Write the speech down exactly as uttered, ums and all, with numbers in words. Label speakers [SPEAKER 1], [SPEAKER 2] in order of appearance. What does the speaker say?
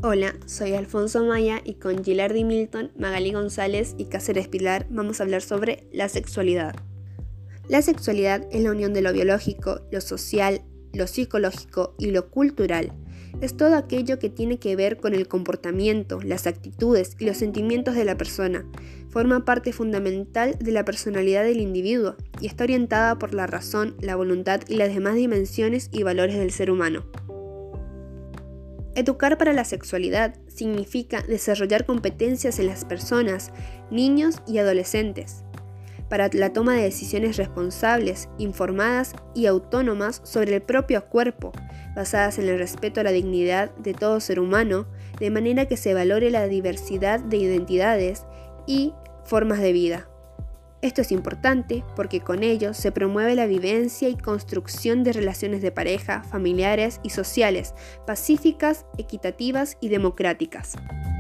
[SPEAKER 1] Hola, soy Alfonso Maya y con Gilardi Milton, Magali González y Cáceres Pilar vamos a hablar sobre la sexualidad. La sexualidad es la unión de lo biológico, lo social, lo psicológico y lo cultural. Es todo aquello que tiene que ver con el comportamiento, las actitudes y los sentimientos de la persona. Forma parte fundamental de la personalidad del individuo y está orientada por la razón, la voluntad y las demás dimensiones y valores del ser humano. Educar para la sexualidad significa desarrollar competencias en las personas, niños y adolescentes, para la toma de decisiones responsables, informadas y autónomas sobre el propio cuerpo, basadas en el respeto a la dignidad de todo ser humano, de manera que se valore la diversidad de identidades y formas de vida. Esto es importante porque con ello se promueve la vivencia y construcción de relaciones de pareja, familiares y sociales, pacíficas, equitativas y democráticas.